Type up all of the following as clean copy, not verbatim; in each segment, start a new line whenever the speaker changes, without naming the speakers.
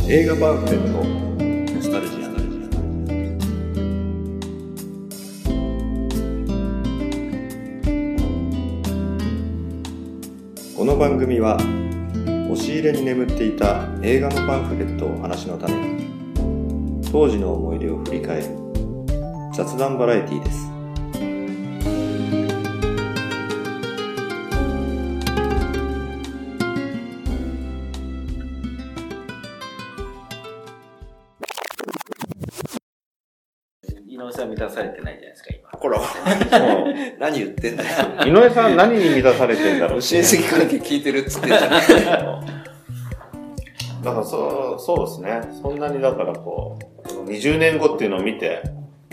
映画パンフレットノスタルジア。この番組は押し入れに眠っていた映画のパンフレットをお話のために当時の思い出を振り返る雑談バラエティです。
井上さん満たされてないじゃないですか今。
ほら何言ってんだよ。
井上さん何に満たされてんだろう。
親戚関係聞いてるっつってんじゃん。
だからそうですね。そんなにだからこう20年後っていうのを見て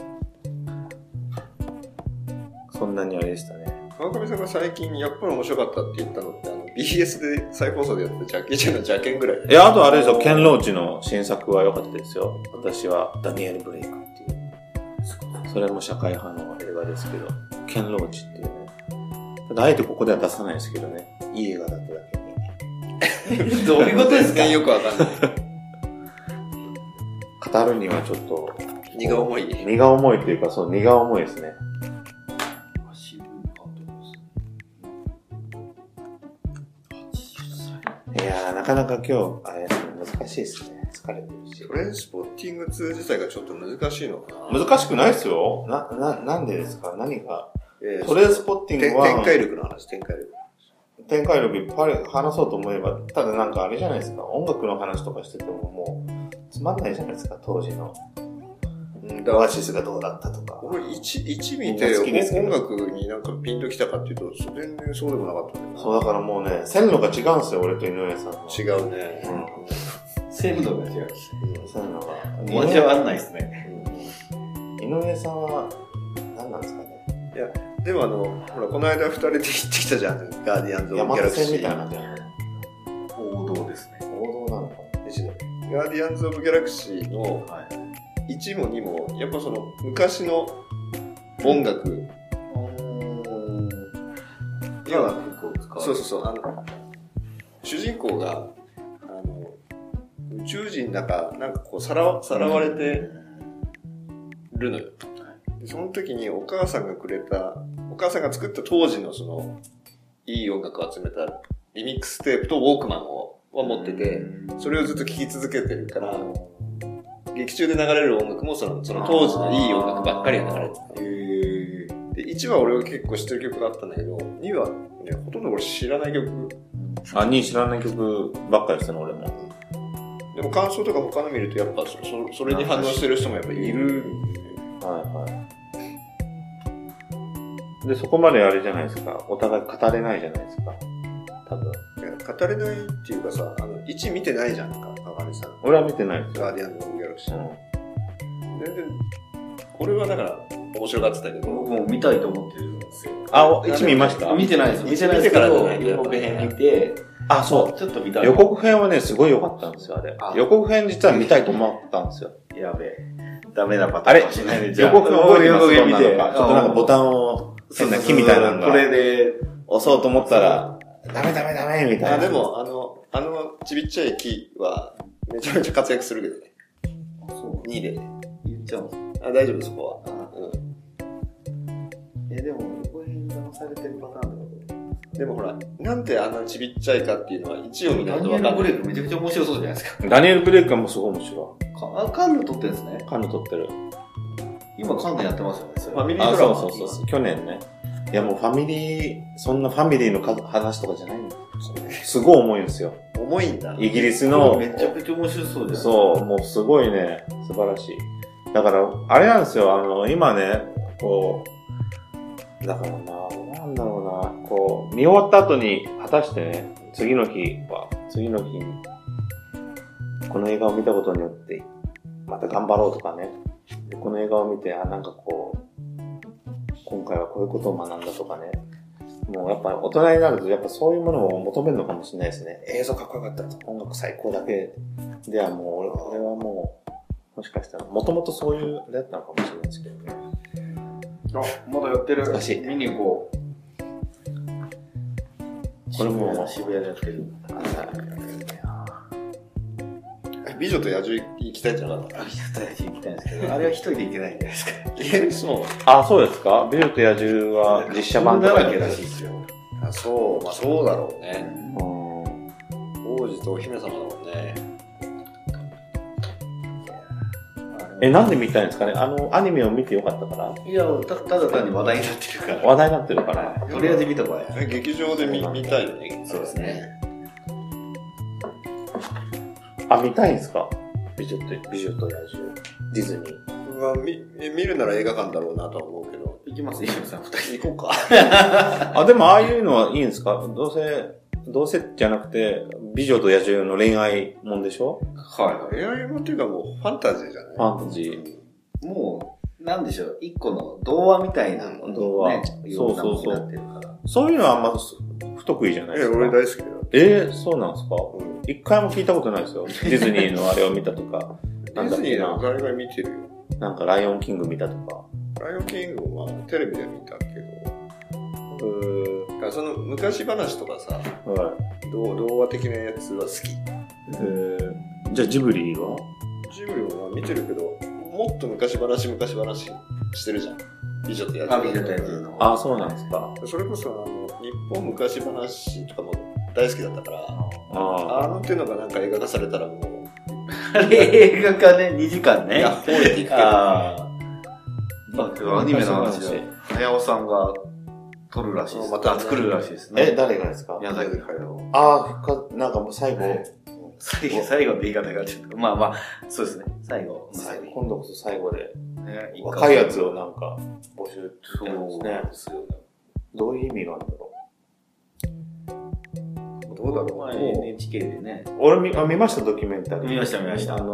そんなにあれでしたね。
川上さんが最近やっぱり面白かったって言ったのってBS で再放送でやってたジャッキー・チェンの邪剣ぐらい。
いや、あとあれですよ、ケンローチの新作は良かったですよ。私はダニエル・ブレイクっていうそれも社会派の映画ですけど、ケンローチっていうね。ただあえてここでは出さないですけどね。いい映画だっただけに。
どういうことですか？
よくわかんない。
語るにはちょっと
荷が重い。
荷が重いというか、そう荷が重いですね。いやー、なかなか今日難しいですね。疲れてるし。
トレインスポッティング2自体がちょっと難しいのかな。
難しくないですよ。なんでですか？何が？トレインスポッティングは
展開力の話、展開
力いっぱい話そうと思えば、ただなんかあれじゃないですか。音楽の話とかしててももうつまんないじゃないですか。当時のオアシスがどうだったとか。
俺1見て音楽になんかピンときたかっていうと全然そうでもなかったね。
そうだからもうね、線路が違うんですよ。俺と井上さんの。
違うね。
鮮度が違う。
線路が
交わんないですね。
井上さんは何なんですかね。
いやでもほらこの間2人で行ってきたじゃん。ガーディアンズ・オブ・ギャラクシー。
山手線みたいなんじゃない？
王道ですね。
王道なのか。
ガーディアンズ・オブ・ギャラクシーの1も2もやっぱその昔の音楽要はそう主人公が宇宙人なんかこうさらわれてるのよ。でその時にお母さんが作った当時のそのいい音楽を集めたリミックステープとウォークマンを持ってて、それをずっと聴き続けてるから劇中で流れる音楽もその当時のいい音楽ばっかりが流れてた。で1は俺は結構知ってる曲があったんだけど、2はねほとんど俺知らない曲。
2知らない曲ばっかりですね、俺も。
でも感想とか他の見るとやっぱそれに反応してる人もやっぱいる。
はいはい。で、そこまであれじゃないですか。お互い語れないじゃないですか。多分。
語れないっていうかさ、1見てないじゃんか、川上さん。
俺は見てないですよ。
ガーディアンズ・オブ・ギャラクシー。全然、俺はだから面白がってたけど。
もう見たいと思ってるんですよ。
1見ました？
見てないです。見てないですけど、予告編見て、
そう。
ちょっと見たい。
予告編はね、すごい良かったんですよ、あれ。予告編実は見たいと思ったんですよ。
やべえ。ダメなパターンかもしれないね。
予告編覚えてます？
予告編見て。
ちょっとなんかボタンを、変な木みたいなのが。
これで、
押そうと思ったら、ダメみたいな。
でも、ちびっちゃい木は、めちゃめちゃ活躍するけどね。
そう。2で。言っちゃうんですか？
大丈夫、そこは。
でも、予告編に騙されてるパターンだ
でもほら、なんであんなちびっちゃいかっていうのは一応見ないと分かんない。
ダニエル・ブレイクめちゃくちゃ面白そうじゃないですか。
ダニエル・ブレイクはもうすごい面白
い。カンヌ撮ってるんですね。
カンヌ撮ってる。
今カンヌやってますよね、それ。
ファミリードラマ。
そう。去年ね。いやもうそんなファミリーの話とかじゃないんだよ。すごい重いんですよ。
重いんだ。
イギリスの。
めちゃくちゃ面白そうじゃん。
そう、もうすごいね、素晴らしい。だから、あれなんですよ、今ね、こう、だからなんだろうな、こう、見終わった後に、果たしてね、次の日に、この映画を見たことによって、また頑張ろうとかね、この映画を見て、なんかこう、今回はこういうことを学んだとかね、もうやっぱ大人になるとやっぱそういうものを求めるのかもしれないですね。映像かっこよかったと音楽最高だけではもう俺はもうもしかしたらもともとそういうあれだったのかもしれないですけどね。
まだやってる。
難しい。
見に行こう。
これも
渋谷でやってる。
美女と野獣行きたいんじゃなかった？
美女と野獣行きたいんですけど、あれは一人で行けないんじゃないですか。
そう。
あ、そうですか？美女と野獣は実写版
だらけらしいですよ。
あ、そう、まあそうだろうね。
うん、
王子とお姫様だもんね。
なんで見たいんですかね？アニメを見てよかったから？
いや、ただ単に話題になってるから。
話題になってるから。
とりあえず見とこうや。
劇場で見たいよね。
そうですね。
あ、見たいんですか？美女と野獣。ディズニー。
まあ、見るなら映画館だろうなとは思うけど。
行きますよ、さん二人。
行こうか。
あ、でもああいうのはいいんですか？どうせじゃなくて、美女と野獣の恋愛もんでしょ？
はい。恋愛もんっていうかもうファンタジーじゃない？
ファンタジー。
もう、なんでしょう、一個の童話みたいな、ね、
童話。そう。そういうのはあんま不得意じゃないですか。
俺大好きだよ。
そうなんですか？一回も聞いたことないですよ。ディズニーのあれを見たとか。
ディズニーの誰が見てるよ。
なんかライオンキング見たとか。
ライオンキングはテレビで見たけど。その昔話とかさ、童話的なやつは好き。
じゃあジブリは？
ジブリも見てるけど、もっと昔話してるじゃん。美女と野獣。
美女と野獣の。
あ、そうなんですか。
それこそ日本昔話とかも大好きだったから、っていうのがなんか映画化されたらもう。
映画化ね、2時間ね。
いや、放映でいくけど。
アニメの話で、早尾さんが撮るらしいです。また作るらしいですね。
誰がですか？
宮崎駿。
なんかもう最後
って言い方がちょっと、まあ、そうですね。最後。
今度こそ最後で、若いやつをなんか募集
してるんですね。
どういう意味があるんだろ
う。どうだろう。
NHK でね。
俺見ました、ドキュメンタリー。
見ました。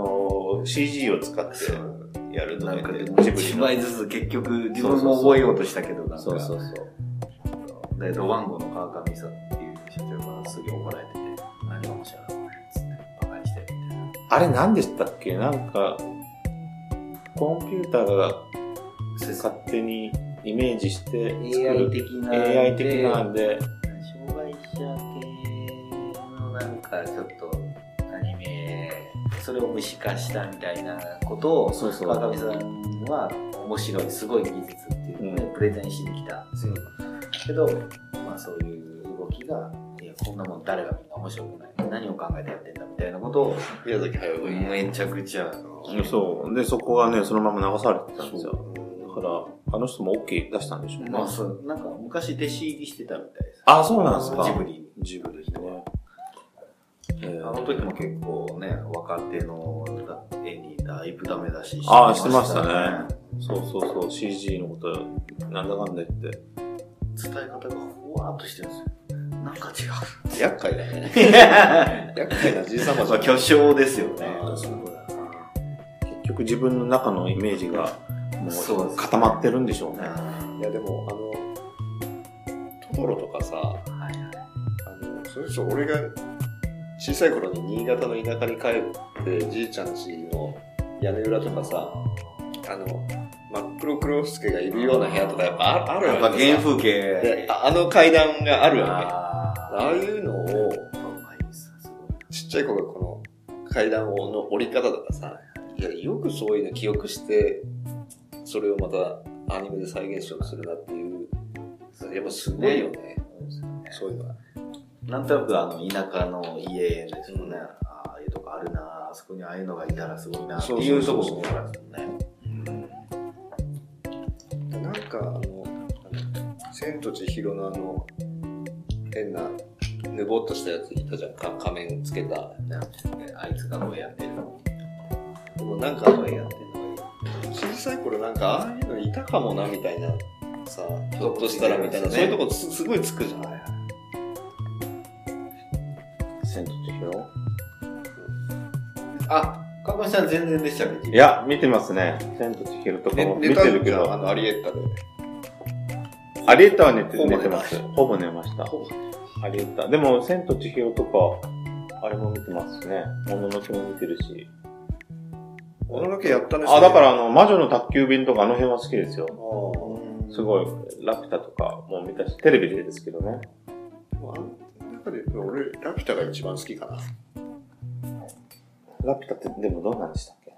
CG を使ってやるとかで、
1枚ずつ結局自分も覚えようとしたけど、なんか。
そう。
で、ロワンゴの川上さんっていう社長がすげえ怒られてて、何が面白いのつって、バカにしてみたいな。
あれ何でしたっけ？なんか、コンピューターが勝手にイメージして作る AI 的なんで、
障害者系のなんかちょっとアニメ、それを無視化したみたいなことを、川上さんは面白い、すごい技術っていうので、プレゼンしに来たんですよ。けど、まあそういう動きが、いや、こんなもん誰がみんな面白くない。何を考えてやってんだみたいなことを、
宮崎駿が
めちゃくちゃ。
そう。で、そこがね、そのまま流されてたんですよ。だから、あの人も OK 出したんでしょうね。
まあそう、なんか昔弟子入りしてたみたいです。
あ、そうなんですか。
ジブリですね。
あ
の時も結構ね、若手の絵にだいぶダメ出しして
ましたね。そう、CG のこと、なんだかんだ言って。
伝え方がふわーっとしてるんですよ。なんか違う。
厄介だね。厄介なじいさまじゃん。
巨匠ですよね。
結局自分の中のイメージがもう固まってるんでしょうね。
いやでもトトロとかさ、それこそ俺が小さい頃に新潟の田舎に帰ってじいちゃん家の屋根裏とかさ、真っ黒黒助がいるような部屋とかやっぱあるわけ。
やっぱ原風景。
階段があるわけ。ああいうのを、ちっちゃい子がこの階段の折り方とかさ、いや、よくそういうの記憶して、それをまたアニメで再現しようとするなっていう、やっぱすごいよね。そういうのは。
なんとなく田舎の家ですよね。ああいうとこあるな、あそこにああいうのがいたらすごいなっていうところもあるんですよね。
なんか千と千尋の変なぬぼっとしたやついたじゃん。仮面つけた。
あいつが声やってるの。
でもなんか声やってるのが小さい頃なんかああいうのいたかもなみたいなさ、ひょっとしたらみたいな、そういうとこすごいつくじゃん。
千と千尋？
川上さん全然でしたね。
いや、見てますね。千と千尋とかも見てるけど。
アリエッタで。
アリエッタは寝てます。ほぼ寝ました。アリエッタ。でも、千と千尋とか、あれも見てますしね。もののけも見てるし。
もののけやったね。
だから魔女の宅急便とかあの辺は好きですよ。すごい、ラピュタとかも見たし、テレビでですけどね。
俺、ラピュタが一番好きかな。
ラピュタってでもどうなんでしたっけ？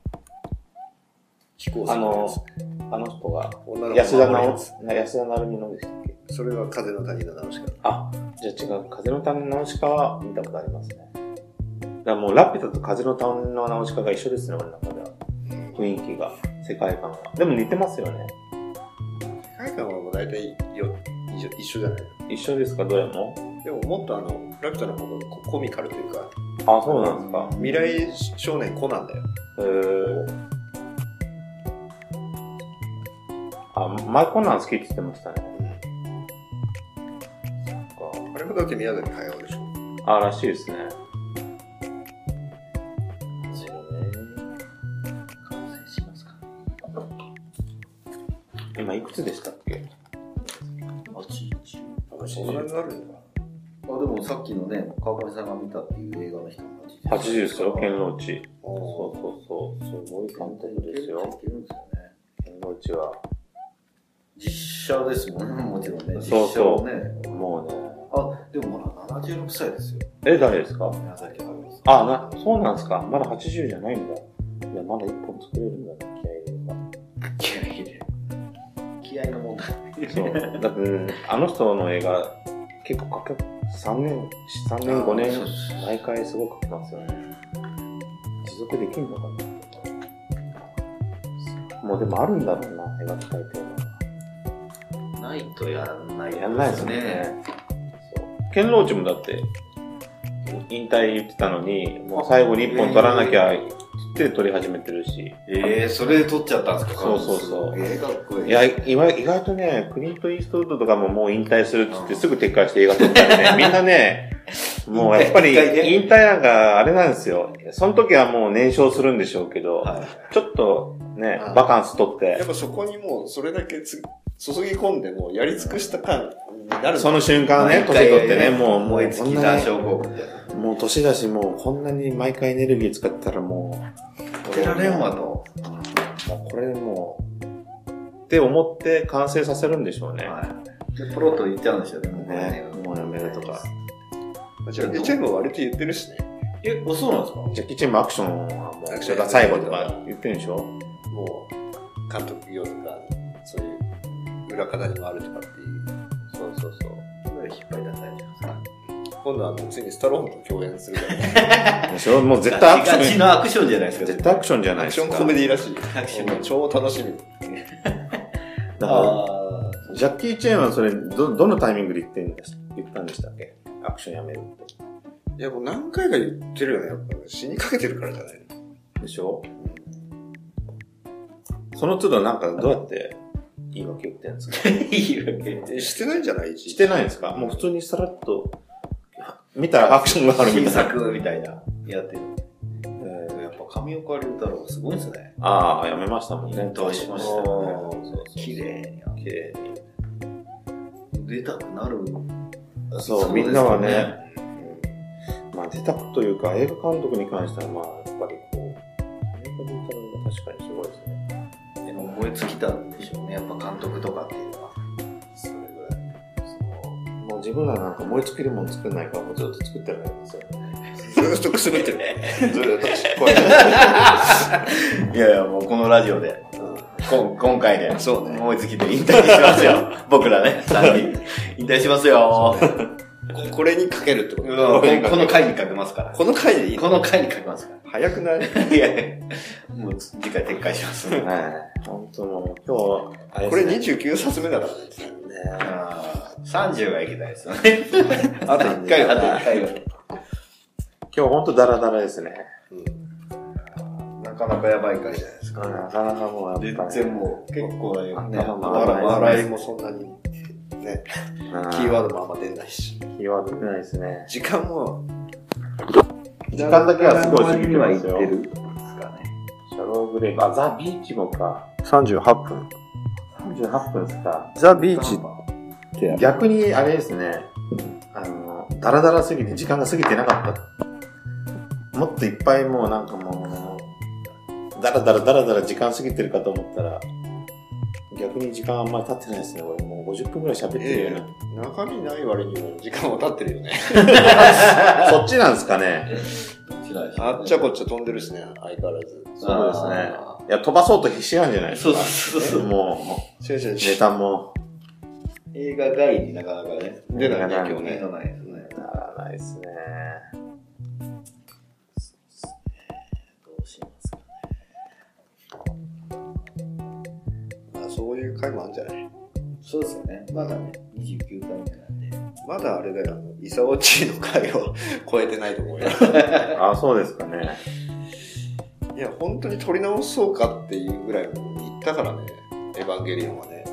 飛行機のやつ。
あの人が、
女の子
安田
守るやつ
成美のでしたっけ？
それは風の谷のナウシカ。
あ、じゃあ違う。風の谷のナウシカは見たことありますね。だからもうラピュタと風の谷のナウシカが一緒ですね、俺の中では。雰囲気が、世界観が。でも似てますよね。
世界観はもう大体一緒じゃないの？
一緒ですか、どれも？
でももっとラピュタの方がコミカルというか、
あ、そうなんですか。
未来少年コナンだよ。
前コナン好きって言ってましたね。
あれもだって宮崎駿でしょ。
あ、らしいですね。今いくつでしたっけ？
そんなになるんだ。
でもさっきのね、川上さんが見たっていう映画の人も
80ですよ、堅牢地。そう。すごい監督ですよ。堅牢地は。
実写ですもんね、もちろんね。
そう
ね。
もうね。
でもまだ76歳ですよ。
誰ですか？
宮崎駿です。
そうなんですか。まだ80じゃないんだ。いや、まだ1本作れるんだね、気合入れば。
気合の問題。
そう。だって、あの人の映画、結構3年、5年、毎回すごく書きますよね。持続できんのかな？もうでもあるんだろうな、描きたいテーマが。
ないとやらない
ですね。そう。堅牢地もだって、引退言ってたのに、もう最後に1本取らなきゃって撮り始めてるし。
それで撮っちゃったんですか？
そう。
かっこいい。
いや、意外とね、クリント・イーストウッドとかももう引退するって言ってすぐ撤回して映画撮ったりね、みんなね、もうやっぱり引退なんかあれなんですよ。その時はもう燃焼するんでしょうけど、ちょっとね、バカンス取って。
やっぱそこにもうそれだけ注ぎ込んでもやり尽くした感になる。
その瞬間ね、年取ってね、もう
燃え尽きた証拠。
もう年だし、もうこんなに毎回エネルギー使ったらもう、
出られんわと。
もうこれもう、って思って完成させるんでしょうね。
で、ポロッと言っちゃうんでしょうね、
もうやめるとか。
ジャッキー・チェンも割と言ってるしね。
そうなんですか？
ジャッキー・チェンもアクションはもう、それが最後とか言ってるんでしょ？
もう、監督業とか、そういう裏方にもあるとかっていう。
そう。
引っ張り出されちゃうんですか？
今度はついにスタローンと共演するからね。
でしょ？もう絶対アクション。
ガチのアクションじゃないですか。
絶対アクションじゃないですか。
アクションコメディらしい。
アクション
超楽しみ。
だからジャッキー・チェンはそれ、どのタイミングで言ったんでしたっけ？アクションやめるって。
いやもう何回か言ってるよね。やっぱ死にかけてるからじゃないの？
でしょ？その都度なんかどうやって言い訳言ってるんですか？
言い訳
してないんじゃない？
してないんですか？もう普通にさらっと、見たらアクションがあるみたいな。
新作みたいな、やってる。やっぱ上岡龍太郎すごいですね。
ああ、やめましたもんね。
どうしましたね。綺麗に。出たくなる。
そう、みんなはね、まあ出たくというか、映画監督に関しては、まあ、やっぱりこう、上岡龍太郎が確かにすごいですね。
思いつきたんでしょうね、やっぱ監督とかっていうのは。
それぐらい。もう自分らなんか燃え尽きるもん作んないからもうずっと作ってるんですよ。
ずっとくすぶってるね。ずっとちっこい。
いやもうこのラジオで、今回で、
そうね。
思いつきで引退しますよ。僕らね、3人。引退しますよ。
これにかけるってこと？
この回にかけますから。
この回でいい？
この回にかけますから。
早くない？
いやもう次回撤回します。
はい。本当もう今日、
これ29冊目だからね。
30がいけたいですよね。
あと1回はね。
今日本当ダラダラですね。
なかなかやばい回じゃないですか。
なかなかもうやっぱり。
全然もう結構だよね。
笑いもそんなにね、キーワードもあんま出ないし。
キーワード出ないですね。
時間も、
時間だけはすごい過ぎてますよ。
シ
ャローブレイク。あ、ザ・ビーチもか。
38分。
38分ですか。
ザ・ビーチって。
逆にあれですね。ダラダラすぎて時間が過ぎてなかった。もっといっぱいもうなんかもう、ダラダラ時間過ぎてるかと思ったら、逆に時間あんまり経ってないですね。俺もう50分くらい喋ってるよね。
中身ない割にも時間は経ってるよね。
そっちなんですかね。
白いですね。
あっちゃこっちゃ飛んでるしね、相変わらず。
そうですね。いや、飛ばそうと必死なんじゃないですか。
そう
もう、ネタも。
映画外になかなかね。
出ないね、今日ね。
出ないですね。
ならないですね。
どうしますか
まあ、そういう回もあるんじゃない？
そうですよね。まだね、29回目なんで。
まだあれだよ、イサオチの回を超えてないと思うよ。
あ、そうですかね。
いや、本当に撮り直そうかっていうぐらいに言ったからね、エヴァンゲリオンはね。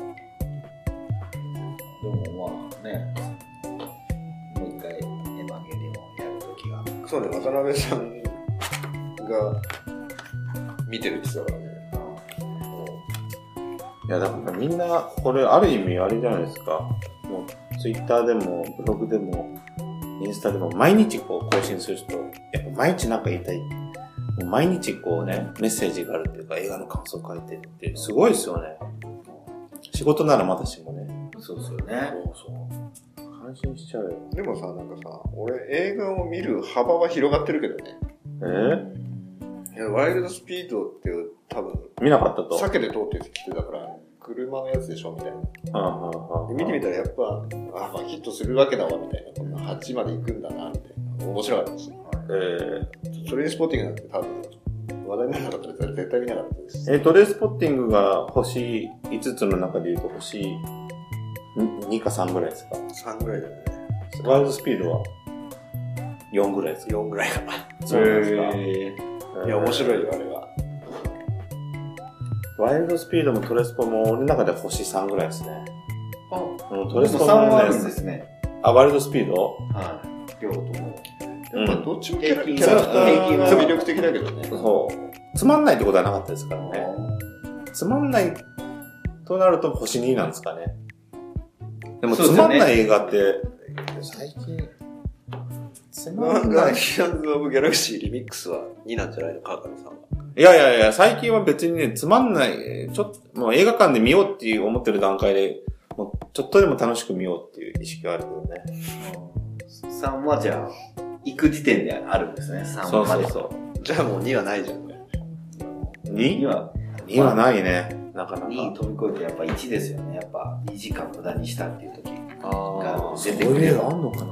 でもまあね、もう一回エヴァンゲリオンをやるときが。
そうね、渡辺さんが見てるって言ってたからね。
いや、だからみんな、これある意味あれじゃないですか。もう、ツイッターでも、ブログでも、インスタでも、毎日こう更新する人、やっぱ毎日なんか言いたい。もう毎日こうね、メッセージがあるっていうか、映画の感想書いてるって、すごいですよね。仕事ならまだしもね。
そうですよね。
そう。感心しちゃうよ。
でもさ、なんかさ、俺映画を見る幅は広がってるけどね。いや、ワイルドスピードっていう多分、
見なかったと。
避けて通ってきてたから、車のやつでしょみたいな。で見てみたらやっぱ、まあヒットするわけだわ、みたいな。こんな8まで行くんだな、みたいな。面白かったです。トレインスポッティングなんて多分、話題にならなかったら絶対見なかったです。
トレインスポッティングが星5つの中で言うと星2か3ぐらいですか
？3ぐらいだよね。
ワイルドスピードは4ぐらいですか
？4ぐらいかな。
そうなんですか。
いや、面白いよ、あれは。
ワイルドスピードもトレスポも俺の中で星3ぐらいですね。
トレスポ3はあるんですね。
あ、ワイルドスピード？
はい。両方とも。
やっぱどっちもキャラクターは魅力的だけどね。
そう。つまんないってことはなかったですからね。つまんないとなると星2なんですかね。でもつまんない映画って、最近、つまんない。
ガーディアンズ・オブ・ギャラクシーリミックスは2なんじゃないの、川上さんは。
いや、最近は別にね、つまんない、もう映画館で見ようっていう思ってる段階で、もうちょっとでも楽しく見ようっていう意識があるけどね。
3はじゃあ、行く時点であるんですね、3まで。
そう。
じゃあもう2はないじゃんね。
2はないね。なかなか。
2飛び越えてやっぱ1ですよね。やっぱ2時間無駄にしたっていう時が
出てくる。そういう映画あんのかな？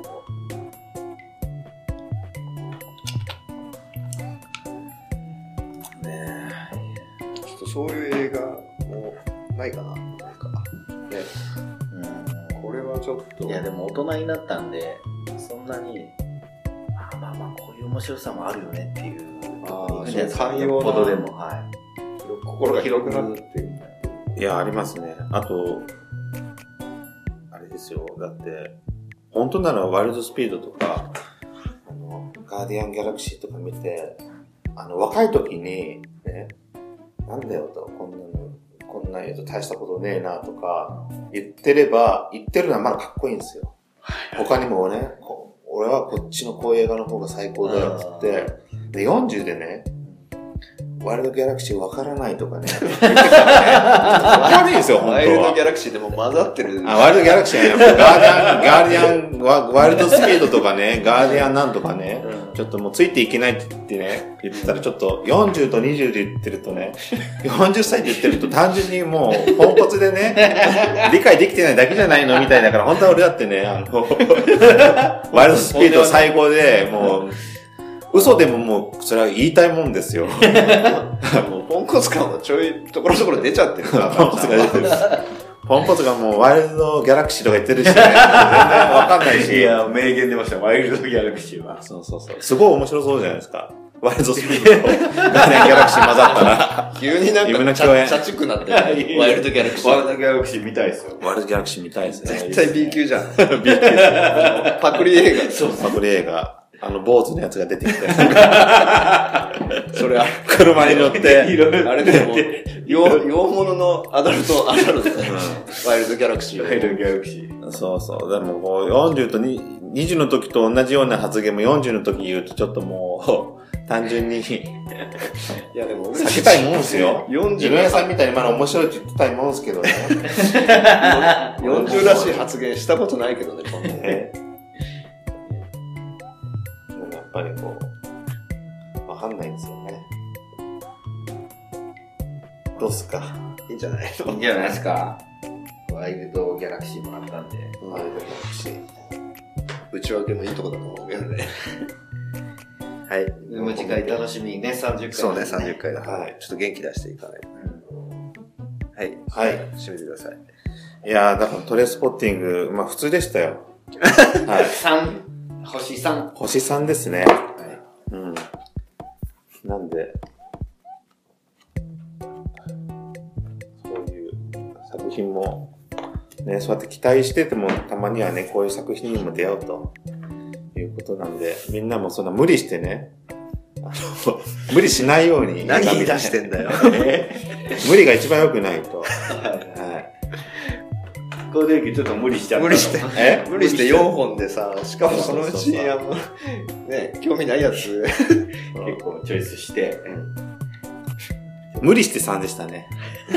そういう映画もないかな、なんか。ね。これはちょっと。
いや、でも大人になったんで、そんなに、まあこういう面白さもあるよねっていう。
寛容な
ことでも、はい。
心が広くなってる。
いや、ありますね。あと、あれですよ。だって、本当ならワイルドスピードとか、ガーディアン・ギャラクシーとか見て、若い時に、ね、なんだよと、こんな言うと大したことねえなとか言ってるのはまだかっこいいんですよ。他にもね、俺はこっちのこういう映画の方が最高だよって言って、で、40でね、ワイルドギャラクシーわからないとかね。言ってたらね。わかんないですよ、本当は。
ワイルドギャラクシーでも混ざってる。
ワイルドギャラクシーはね、ガーディアン、ワイルドスピードとかね、ガーディアンなんとかね、ちょっともうついていけないって言ってね、言ってたらちょっと40と20で言ってるとね、40歳で言ってると単純にもうポンコツでね、理解できてないだけじゃないのみたいだから、本当は俺だってね、ワイルドスピード最高で、もう、嘘でももう、それは言いたいもんですよ。
もうポンコツ感はちょい、ところどころ出ちゃってるから。
ポンコツが出てる。ポンコツがもうワイルドギャラクシーとか言ってるしね。全然わかんないし。
いや、名言出ました、ワイルドギャラクシーは。
そう。すごい面白そうじゃないですか。ワイルドスピードとガーディアンギャラクシー混ざったら。
急になんか、チャチくなってる。ワイルドギャラクシー。
ワイルドギャラクシー見たいですよ。
ワイルドギャラクシー見たいですね。
絶対 B 級じゃん。
B 級。
パクリ映画。
そう、パクリ映画。坊主のやつが出てきて。
それ、
車に乗って。
あれでも、洋物のアダルトだよ。ワイルドギャラクシー。
ワイルドギャラクシー。
そう。でもこう、40と20の時と同じような発言も40の時言うとちょっともう、単純に。い
やでも、
避けたいもんですよ。
40
ジュニアさんみたいにまだ面白いって言ってたいもんですけどね。
40らしい発言したことないけどね、こんな
やっぱりこう、 どうっすか？
いいんじゃないの？
いいんじゃないですか。ワイルドギャラクシーもらったんで。
ワイルドギャラクシー。
内訳もいいとこだと思うけどね。はい。
でも次回楽しみにね、30回、
そうね、30回だから、はい、ちょっと元気出していかないと。はい。はい。締めてください。
いやー、だからトレインスポッティング、まあ普通でしたよ。
はい。3、星3。
星3ですね。はい。うん。なんで、そういう作品も、ね、そうやって期待してても、たまにはね、こういう作品にも出会うということなんで、みんなもそんな無理してね、無理しないように。
何言い出してんだよ。
無理が一番良くないと。はい。
これでちょっと無理しちゃった。
無理して4本でさ、しかもそのうち、ね、興味ないやつ、
結構チョイスして。
無理して3でしたね。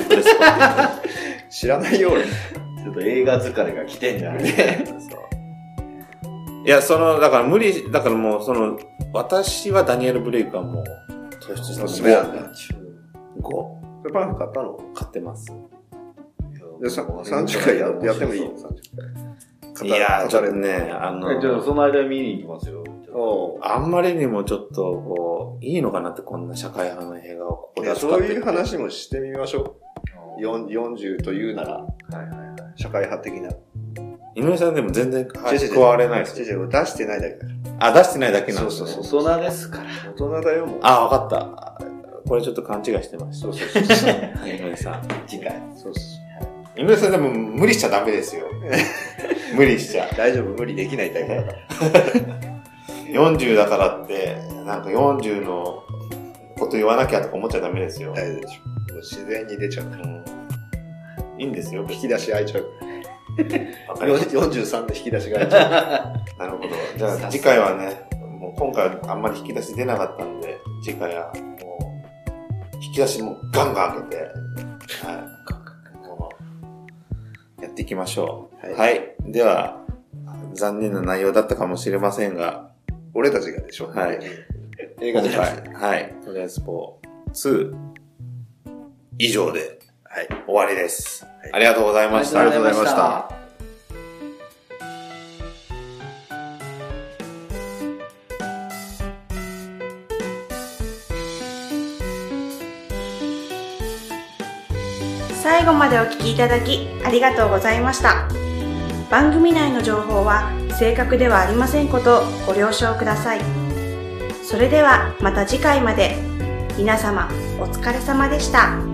知らないよ、俺。
ちょっと映画疲れが来てんじゃないね。
いや、だからもう、私はダニエル・ブレイクはもう、突出した
おすすめなんだ。
5。
これパンフ買ったの？
買ってます。
で、30回やってもいい？ 30回。
いやー、ちょっとね、
じゃあその間見に行きますよ。
あんまりにもちょっと、こう、いいのかなって、こんな社会派の映画をここで
そういう話もしてみましょう。40というなら、社会派的な。
井上さんでも全然加われないです
よ。出してないだけだから。
あ、出してないだけなんですね。
そうそう、大人ですから。
大人だよ、もう。
あ、わかった。これちょっと勘違いしてました。そう。井上さん。
次回。
そう
井上さんでも無理しちゃダメですよ。無理しちゃ。
大丈夫、無理できないタイプだから。
40だからって、なんか40のこと言わなきゃとか思っちゃダメですよ。
大丈夫でしょ。もう自然に出ちゃうから。
いいんですよ。
引き出し開いちゃう。43で引き出しが開いちゃ
う。なるほど。じゃあ次回はね、もう今回はあんまり引き出し出なかったんで、次回はもう、引き出しもガンガン開けて、はい。やっていきましょう。はい。では、残念な内容だったかもしれませんが、
俺たちがでしょ。
はい。
映画で
はい。トレインスポ2以上で、はい。終わりです。ありがとうございました。
ありがとうございました。
最後までお聞きいただきありがとうございました。番組内の情報は正確ではありませんことをご了承ください。それではまた次回まで。皆様お疲れ様でした。